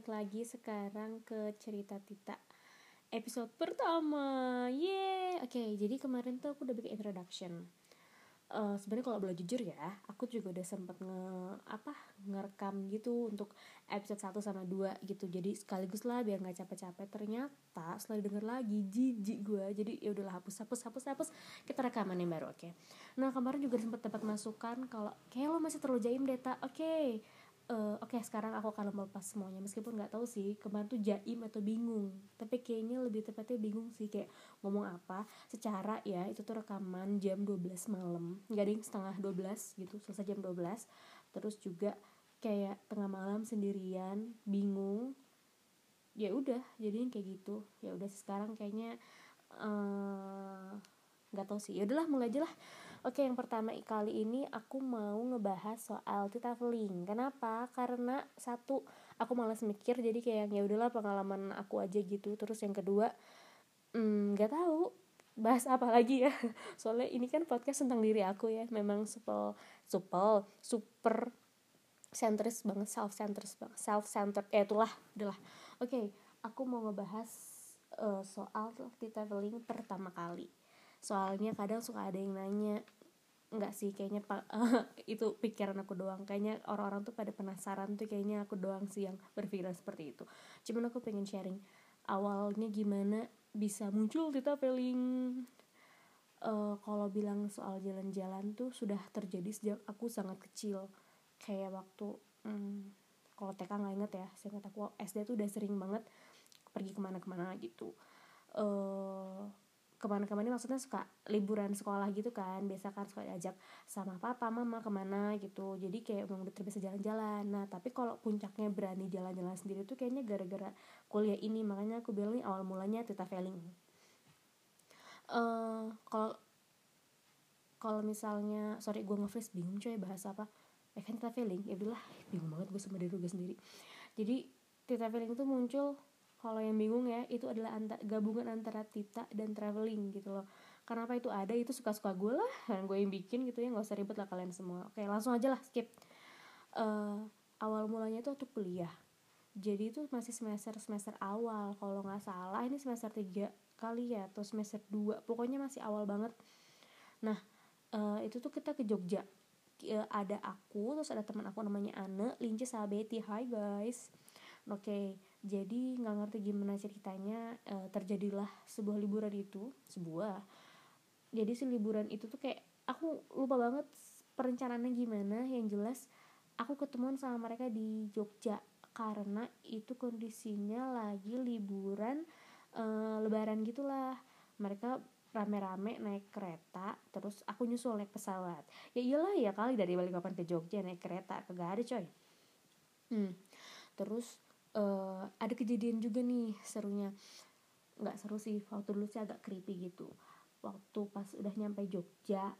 lagi sekarang ke cerita Tita episode pertama. Oke, jadi kemarin tuh aku udah bikin introduction. Sebenarnya kalau boleh jujur ya, aku juga udah sempet ngerekam gitu untuk episode 1 sama 2 gitu. Jadi sekaligus lah biar enggak capek-capek. Ternyata setelah denger lagi jijik gue. Jadi ya udahlah hapus. Kita rekaman yang baru, oke. Nah, kemarin juga sempet dapat masukan kalau kayak lo masih terlalu jaim deh, Ta. Oke, sekarang aku akan melepas semuanya. Meskipun nggak tahu sih kemarin tuh jaim atau bingung, tapi kayaknya lebih tepatnya bingung sih, kayak ngomong apa. Secara ya itu tuh rekaman jam 12 malam, nggak ada yang setengah 12 gitu, selesai jam 12. Terus juga kayak tengah malam sendirian, bingung. Ya udah, jadinya kayak gitu. Ya udah sekarang kayaknya nggak tahu sih. Ya udahlah, mulai aja lah. Oke, yang pertama kali ini aku mau ngebahas soal traveling. Kenapa? Karena satu, aku malas mikir, jadi kayak ya udahlah pengalaman aku aja gitu. Terus yang kedua, nggak tahu bahas apa lagi ya. Soalnya ini kan podcast tentang diri aku ya. Memang super centris banget, self-centered. Itulah, udahlah. Oke, aku mau ngebahas soal traveling pertama kali. Soalnya kadang suka ada yang nanya, enggak sih kayaknya itu pikiran aku doang, kayaknya orang-orang tuh pada penasaran tuh, kayaknya aku doang sih yang berpikiran seperti itu. Cuman aku pengen sharing awalnya gimana bisa muncul di traveling. Kalau bilang soal jalan-jalan tuh sudah terjadi sejak aku sangat kecil, kayak waktu kalau TK nggak inget ya, seingat aku SD tuh udah sering banget pergi kemana-kemana gitu. Kemana-kemana ini maksudnya suka liburan sekolah gitu kan, biasa kan suka diajak sama papa mama kemana gitu, jadi kayak udah terbiasa jalan-jalan. Nah tapi kalau puncaknya berani jalan-jalan sendiri tuh kayaknya gara-gara kuliah ini, makanya aku bilang nih awal mulanya traveling. Kalau misalnya gue nge-freeze, bingung coy bahas apa, kan traveling, ya udahlah bingung banget gue sama diri gue sendiri. Jadi traveling itu muncul, kalau yang bingung ya, itu adalah gabungan antara Tita dan traveling gitu loh. Kenapa itu ada, itu suka-suka gue lah, dan gue yang bikin gitu ya, gak usah ribet lah kalian semua. Oke, langsung aja lah, skip. Awal mulanya itu waktu kuliah. Jadi itu masih semester awal, kalau gak salah ini semester 3 kali ya, atau semester 2, pokoknya masih awal banget. Nah, itu tuh kita ke Jogja. Ada aku, terus ada teman aku namanya Anne, Lince sama Betty. Hai guys. Oke, jadi nggak ngerti gimana ceritanya, terjadilah sebuah liburan itu. Jadi si liburan itu tuh kayak aku lupa banget perencanaannya gimana. Yang jelas aku ketemuan sama mereka di Jogja karena itu kondisinya lagi liburan lebaran gitulah. Mereka rame-rame naik kereta, terus aku nyusul naik pesawat. Ya iyalah ya kali, dari Balikpapan ke Jogja naik kereta, kagak ada coy. Terus ada kejadian juga nih serunya. Nggak seru sih, waktu dulu sih agak creepy gitu. Waktu pas udah nyampe Jogja,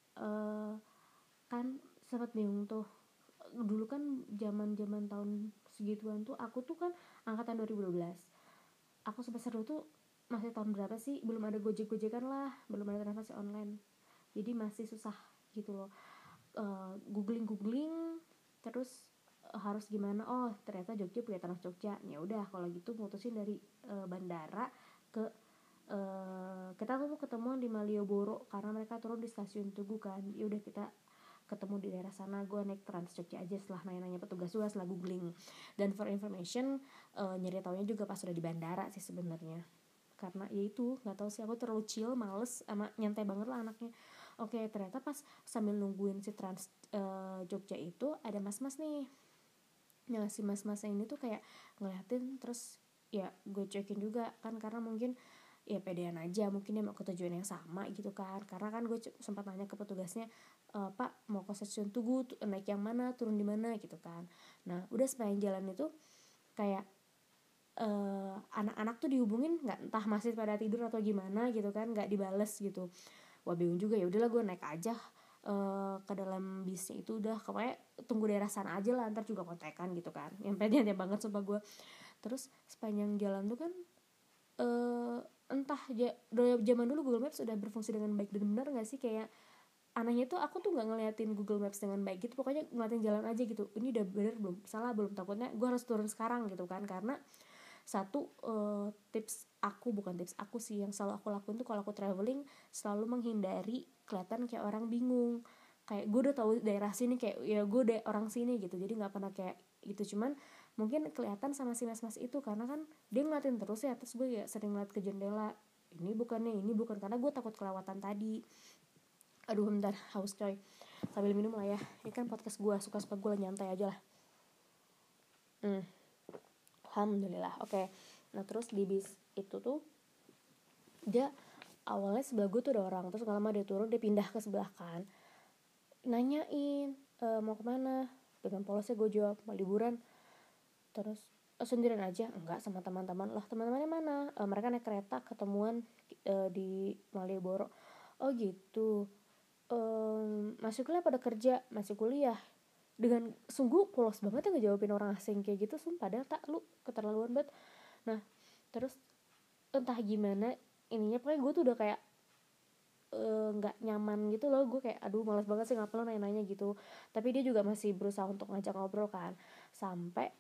kan sempat bingung tuh. Dulu kan zaman tahun segituan tuh, aku tuh kan angkatan 2012. Aku semester 2 tuh masih tahun berapa sih, belum ada gojek-gojekan lah, belum ada transaksi online, jadi masih susah gitu loh. Googling terus harus gimana, oh ternyata Jogja punya Trans Jogja. Ya udah kalau gitu mutusin dari bandara ke kita tuh ketemu di Malioboro karena mereka turun di stasiun Tugu kan. Ya udah kita ketemu di daerah sana, gue naik Trans Jogja aja setelah nanya-nanya petugas gue, setelah googling. Dan for information, nyari taunya juga pas udah di bandara sih sebenarnya, karena ya itu nggak tahu sih, aku terlalu chill, males, sama nyantai banget lah anaknya. Oke, ternyata pas sambil nungguin si Trans Jogja itu ada mas-mas nih. Nah si mas-masnya ini tuh kayak ngeliatin, terus ya gue cuekin juga kan, karena mungkin ya pedean aja, mungkin dia mau ke tujuan yang sama gitu kan. Karena kan gue sempat nanya ke petugasnya, Pak mau ke stasiun Tugu, naik yang mana, turun di mana gitu kan. Nah udah sepanjang jalan itu kayak anak-anak tuh dihubungin, nggak, entah masih pada tidur atau gimana gitu kan, nggak dibales gitu. Wah bingung juga, ya udahlah gue naik aja ke dalam bisnya itu. Udah kayak tunggu daerah sana aja lah, ntar juga kontekan gitu kan. Yang pedenya banget sumpah gue. Terus sepanjang jalan tuh kan entah zaman dulu Google Maps sudah berfungsi dengan baik dan benar nggak sih, kayak anehnya tuh aku tuh nggak ngeliatin Google Maps dengan baik gitu, pokoknya ngeliatin jalan aja gitu, ini udah bener belum, salah belum, takutnya gue harus turun sekarang gitu kan. Karena satu, tips aku, bukan tips aku sih, yang selalu aku lakuin tuh kalau aku traveling selalu menghindari kelihatan kayak orang bingung. Kayak gue udah tahu daerah sini, kayak ya gue udah orang sini gitu, jadi nggak pernah kayak gitu. Cuman mungkin kelihatan sama si mas-mas itu karena kan dia ngeliatin terus ya, terus gue ya sering ngeliat ke jendela, ini bukannya, ini bukan, karena gue takut kelewatan tadi. Aduh bentar, haus coy, sambil minum lah ya, ini kan podcast gue, suka-suka gue lah, nyantai aja lah. Alhamdulillah, oke. Nah terus di bis itu tuh dia awalnya sebelah gue tuh ada orang, terus gak lama dia turun, dia pindah ke sebelah kan, nanyain mau kemana. Dengan polosnya gue jawab mau liburan. Terus sendirian aja? Enggak, sama teman-teman. Lah teman-temannya mana? Mereka naik kereta ketemuan di Malioboro. Oh gitu. Masih kuliah pada kerja? Masih kuliah. Dengan sungguh polos banget ya ngejawabin orang asing kayak gitu, sumpah dah, tak, lu keterlaluan banget. Nah terus entah gimana ininya, pokoknya gue tuh udah kayak nggak nyaman gitu loh, gue kayak aduh malas banget sih ngapain lo nanya-nanya gitu. Tapi dia juga masih berusaha untuk ngajak ngobrol kan, sampai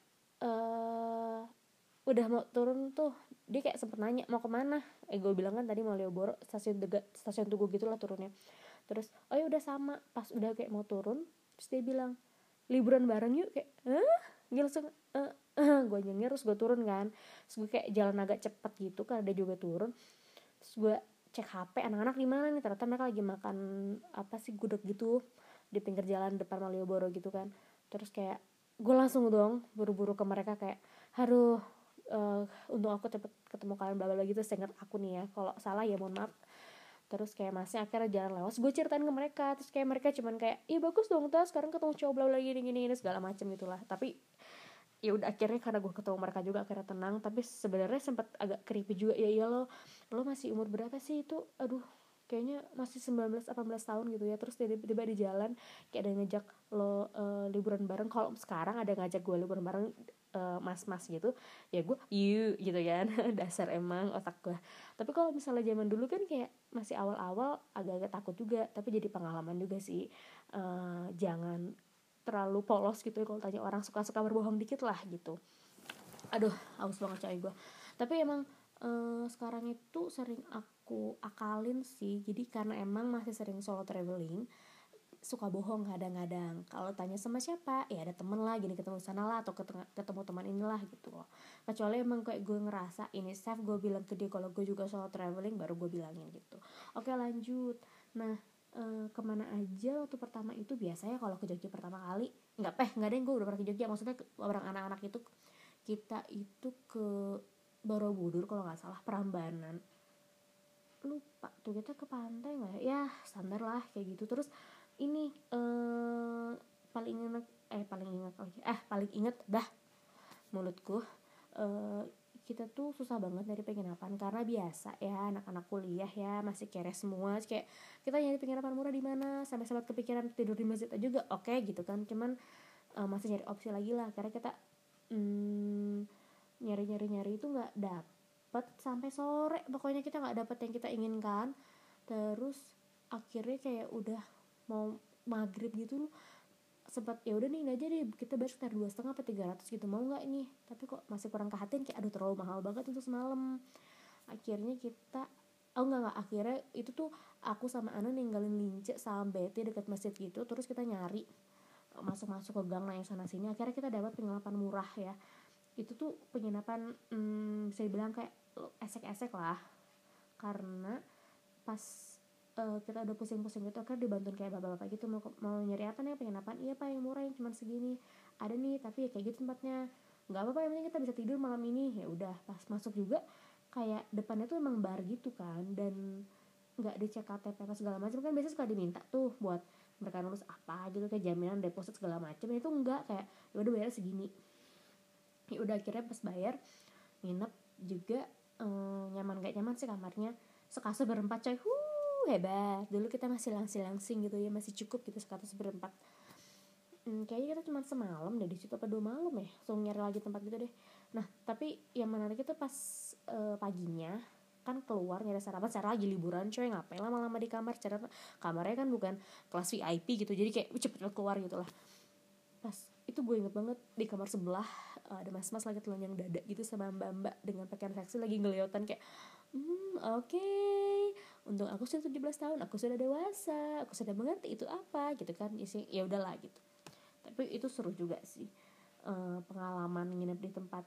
udah mau turun tuh dia kayak sempet nanya mau kemana. Gue bilang kan tadi Malioboro, stasiun Tugu gitulah turunnya. Terus oh ya udah sama, pas udah kayak mau turun terus dia bilang liburan bareng yuk. Kayak dia langsung gue nyengir, terus gue turun kan, terus gue kayak jalan agak cepet gitu karena dia juga turun. Terus gue cek HP anak-anak di mana nih, ternyata mereka lagi makan apa sih, gudeg gitu di pinggir jalan depan Malioboro gitu kan. Terus kayak gue langsung dong buru-buru ke mereka kayak haruh, untuk aku cepet ketemu kalian bla bla gitu, seingat aku nih ya, kalau salah ya mohon maaf. Terus kayak masnya akhirnya jalan lewat, gue ceritain ke mereka, terus kayak mereka cuman kayak iya bagus dong tas, sekarang ketemu cowok bla bla gini segala macem gitulah. Tapi ya udah akhirnya karena gue ketemu mereka juga akhirnya tenang. Tapi sebenarnya sempat agak creepy juga ya, iya lo masih umur berapa sih itu, aduh kayaknya masih 19-18 tahun gitu ya. Terus tiba-tiba di jalan kayak ada yang ngajak lo liburan bareng. Kalau sekarang ada ngajak gue liburan bareng mas-mas gitu ya, gue yuk gitu kan. Dasar emang otak gue. Tapi kalau misalnya zaman dulu kan kayak masih awal-awal agak-agak takut juga, tapi jadi pengalaman juga sih. Jangan terlalu polos gitu ya, kalau tanya orang suka-suka berbohong dikit lah gitu. Aduh haus banget coy gue. Tapi emang sekarang itu sering aku akalin sih, jadi karena emang masih sering solo traveling, suka bohong kadang-kadang. Kalau tanya sama siapa, ya ada temen lah gini, ketemu sana lah, atau ketemu teman inilah gitu loh. Kecuali emang kayak gue ngerasa ini safe, gue bilang ke dia kalau gue juga solo traveling, baru gue bilangin gitu. Oke lanjut. Nah kemana aja waktu pertama itu? Biasanya kalau ke Jogja pertama kali, nggak ada yang, gue udah pernah ke Jogja, maksudnya orang anak-anak itu kita itu ke Borobudur kalau nggak salah, Prambanan, lupa tuh kita ke pantai nggak ya, standar lah kayak gitu. Terus ini paling inget dah mulutku, kita tuh susah banget dari penginapan karena biasa ya anak-anak kuliah ya masih kere semua. Kayak kita nyari penginapan murah di mana, sampai sempat kepikiran tidur di masjid aja juga oke gitu kan. Cuman masih nyari opsi lagi lah, karena kita nyari itu nggak dapet sampai sore, pokoknya kita nggak dapet yang kita inginkan. Terus akhirnya kayak udah mau maghrib gitu, sempat ya udah nih ini aja deh, kita bayar sekitar 2,5 atau 300 gitu, mau nggak ini. Tapi kok masih kurang ke hati, kayak aduh terlalu mahal banget untuk semalam. Akhirnya kita nggak, akhirnya itu tuh aku sama Ana ninggalin Lince sama Betty dekat masjid gitu. Terus kita nyari masuk ke gang lah yang sana sini, akhirnya kita dapat penginapan murah ya. Itu tuh penginapan bisa dibilang kayak esek-esek lah, karena pas kita udah pusing-pusing gitu kan dibantuin kayak bapak-bapak gitu, mau nyari apa nih penginapan. Iya pak yang murah yang cuma segini ada nih, tapi ya kayak gitu tempatnya, nggak apa-apa yang penting kita bisa tidur malam ini. Ya udah pas masuk juga kayak depannya tuh emang bar gitu kan, dan nggak dicek KTP apa segala macam kan, biasanya suka diminta tuh buat mereka nulis apa gitu kayak jaminan deposit segala macam. Itu enggak, kayak ya udah bayar segini. Ya udah akhirnya pas bayar nginep juga, nyaman gak nyaman sih kamarnya, sekasur berempat coy. Hebat, dulu kita masih langsing gitu ya, masih cukup gitu sekasur berempat. Kayaknya kita cuma semalam deh di situ, apa 2 malam ya, langsung nyari lagi tempat gitu deh. Nah tapi yang menarik itu pas paginya kan keluar nyari sarapan, secara lagi liburan coy, ngapain lama-lama di kamar, cara kamarnya kan bukan kelas VIP gitu, jadi kayak cepet-cepet keluar gitu lah. Pas itu gue inget banget di kamar sebelah ada mas-mas lagi telanjang dada gitu sama mbak-mbak dengan pakaian seksi lagi ngeliotan kayak oke. Untung aku sudah 17 tahun, aku sudah dewasa, aku sudah mengerti itu apa gitu kan. Ya udahlah gitu. Tapi itu seru juga sih. Pengalaman nginep di tempat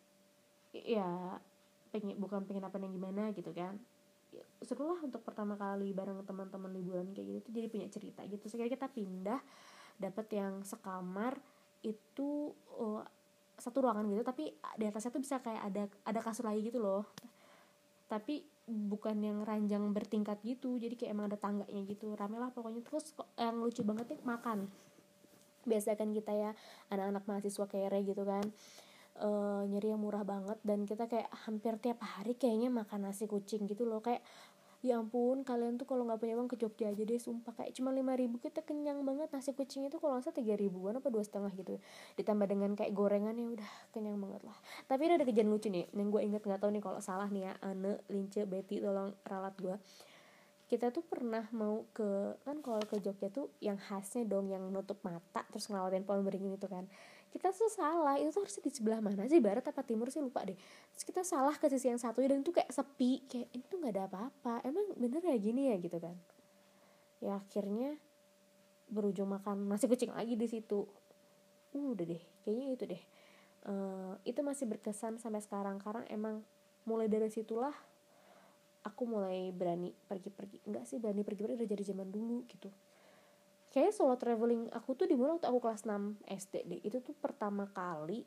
ya bukan penginapan yang gimana gitu kan. Ya, seru lah untuk pertama kali bareng teman-teman liburan kayak gitu tuh, jadi punya cerita gitu. Sekali kita pindah dapat yang sekamar itu satu ruangan gitu, tapi di atasnya tuh bisa kayak ada kasur lagi gitu loh, tapi bukan yang ranjang bertingkat gitu, jadi kayak emang ada tangganya gitu, rame lah pokoknya. Terus yang lucu banget nih makan, biasa kan kita ya anak-anak mahasiswa kere gitu kan, nyari yang murah banget, dan kita kayak hampir tiap hari kayaknya makan nasi kucing gitu loh. Kayak ya ampun, kalian tuh kalau nggak punya uang ke Jogja aja deh, sumpah. Kayak cuma 5.000 kita kenyang banget. Nasi kucing itu kalau nggak salah 3.000-an apa 2,5 gitu, ditambah dengan kayak gorengan, ya udah kenyang banget lah. Tapi ada kejadian lucu nih yang gue inget, nggak tahu nih kalau salah nih ya, Ane, Lince, Betty tolong ralat gue. Kita tuh pernah mau ke, kan kalau ke Jogja tuh yang khasnya dong yang nutup mata terus ngelawatin pohon beringin itu kan. Kita tuh salah, itu tuh harusnya di sebelah mana sih, barat apa timur sih, lupa deh. Terus kita salah ke sisi yang satu dan itu kayak sepi, kayak ini tuh nggak ada apa-apa, emang bener ya gini ya gitu kan. Ya akhirnya berujung makan nasi kucing lagi di situ. Udah deh, kayaknya itu deh. Itu masih berkesan sampai sekarang, karena emang mulai dari situlah aku mulai berani pergi-pergi. Enggak sih berani pergi-pergi udah dari zaman dulu gitu. Kayaknya solo traveling aku tuh dimulai waktu aku kelas 6 SD deh. Itu tuh pertama kali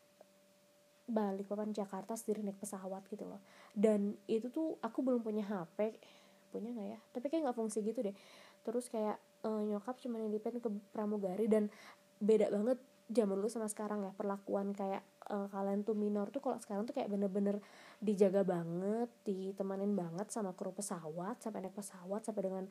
balik papan Jakarta sendiri naik pesawat gitu loh. Dan itu tuh aku belum punya HP. Punya gak ya? Tapi kayak gak fungsi gitu deh. Terus kayak nyokap cuma nitipin ke pramugari, dan beda banget zaman dulu sama sekarang ya, perlakuan kayak kalian tuh minor tuh kalau sekarang tuh kayak bener-bener dijaga banget, ditemanin banget sama kru pesawat sampai naik pesawat, sampai dengan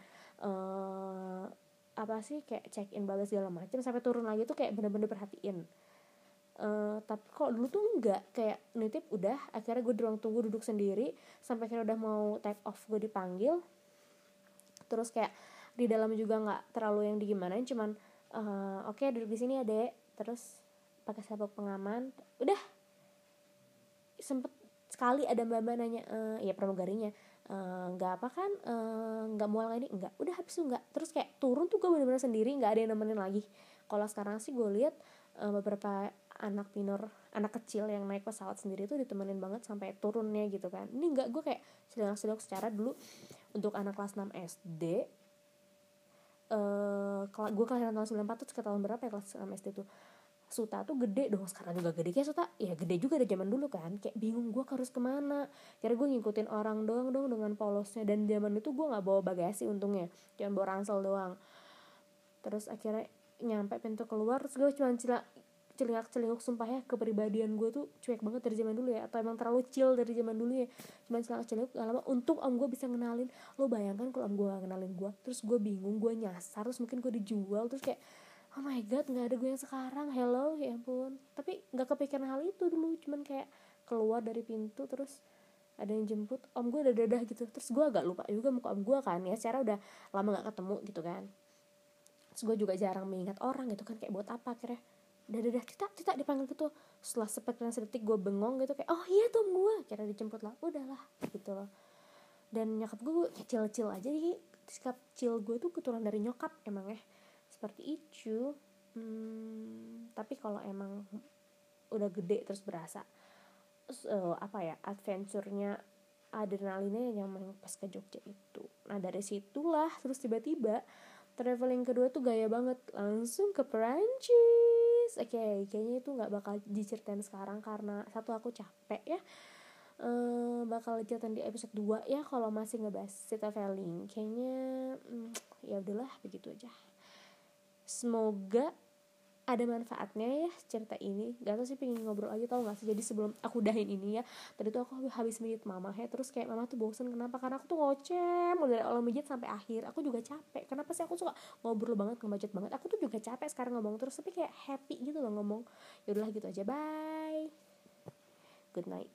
apa sih kayak check in bla segala macam, sampai turun lagi tuh kayak bener-bener perhatiin. Tapi kalau dulu tuh enggak, kayak nitip udah, akhirnya gue di ruang tunggu duduk sendiri sampai akhirnya udah mau take off gue dipanggil. Terus kayak di dalam juga nggak terlalu yang digimanain, cuman oke, duduk di sini ya dek, terus pakai sabuk pengaman, udah. Sempet sekali ada mbak-mbak nanya, ya pramugarinya, nggak apa kan, nggak mual ini, nggak, udah habis tuh nggak. Terus kayak turun tuh gue bener-bener sendiri, nggak ada yang nemenin lagi. Kalau sekarang sih gue lihat beberapa anak minor, anak kecil yang naik pesawat sendiri tuh ditemenin banget sampai turunnya gitu kan. Ini nggak, gue kayak sedang secara dulu untuk anak kelas 6 SD. Gue kelahiran tahun 94 tuh, sekitar tahun berapa ya kelas 6 SD tuh. Suta tuh gede dong, sekarang juga gede kayak Suta, ya gede juga dari zaman dulu kan. Kayak bingung gue harus kemana, kira gue ngikutin orang doang dong dengan polosnya. Dan zaman itu gue nggak bawa bagasi untungnya, cuma bawa ransel doang. Terus akhirnya nyampe pintu keluar, terus gue cuma celingak sumpah ya, kepribadian gue tuh cuek banget dari zaman dulu ya, atau emang terlalu chill dari zaman dulu ya. Cuma celingak gak lama, untung om gue bisa ngenalin. Lo bayangkan kalau om gue gak ngenalin gue, terus gue bingung, gue nyasar, terus mungkin gue dijual, terus kayak oh my god, nggak ada gue yang sekarang, hello, ya ampun. Tapi nggak kepikiran hal itu dulu, cuman kayak keluar dari pintu terus ada yang jemput, om gue udah dadah gitu. Terus gue agak lupa juga muka om gue kan ya, secara udah lama nggak ketemu gitu kan. Terus gue juga jarang mengingat orang gitu kan, kayak buat apa akhirnya dadah Tita dipanggil gitu. Setelah sedetik gue bengong gitu, kayak oh iya tuh om gue, kira dijemput lah, udahlah gitu loh. Dan nyokap gue kecil-kecil aja, jadi sikap chill gue tuh keturunan dari nyokap emang ya, seperti itu. Tapi kalau emang udah gede terus berasa apa ya, adventure-nya, adrenalinnya yang main pas ke Jogja itu. Nah dari situlah terus tiba-tiba traveling kedua tuh gaya banget, langsung ke Perancis. Oke, kayaknya itu nggak bakal diceritain sekarang karena satu aku capek ya. Bakal diceritain di episode 2 ya kalau masih ngebahas traveling. Kayaknya ya udahlah begitu aja. Semoga ada manfaatnya ya cerita ini. Gak tau sih, pengen ngobrol aja tau gak sih. Jadi sebelum aku udahin ini ya, tadi tuh aku habis mijit mama ya. Terus kayak mama tuh bosen, kenapa? Karena aku tuh ngoceh mulai dari awal mijit sampai akhir. Aku juga capek. Kenapa sih aku suka ngobrol banget, ngebacot banget. Aku tuh juga capek sekarang ngomong terus, tapi kayak happy gitu loh ngomong. Yaudahlah gitu aja, bye, good night.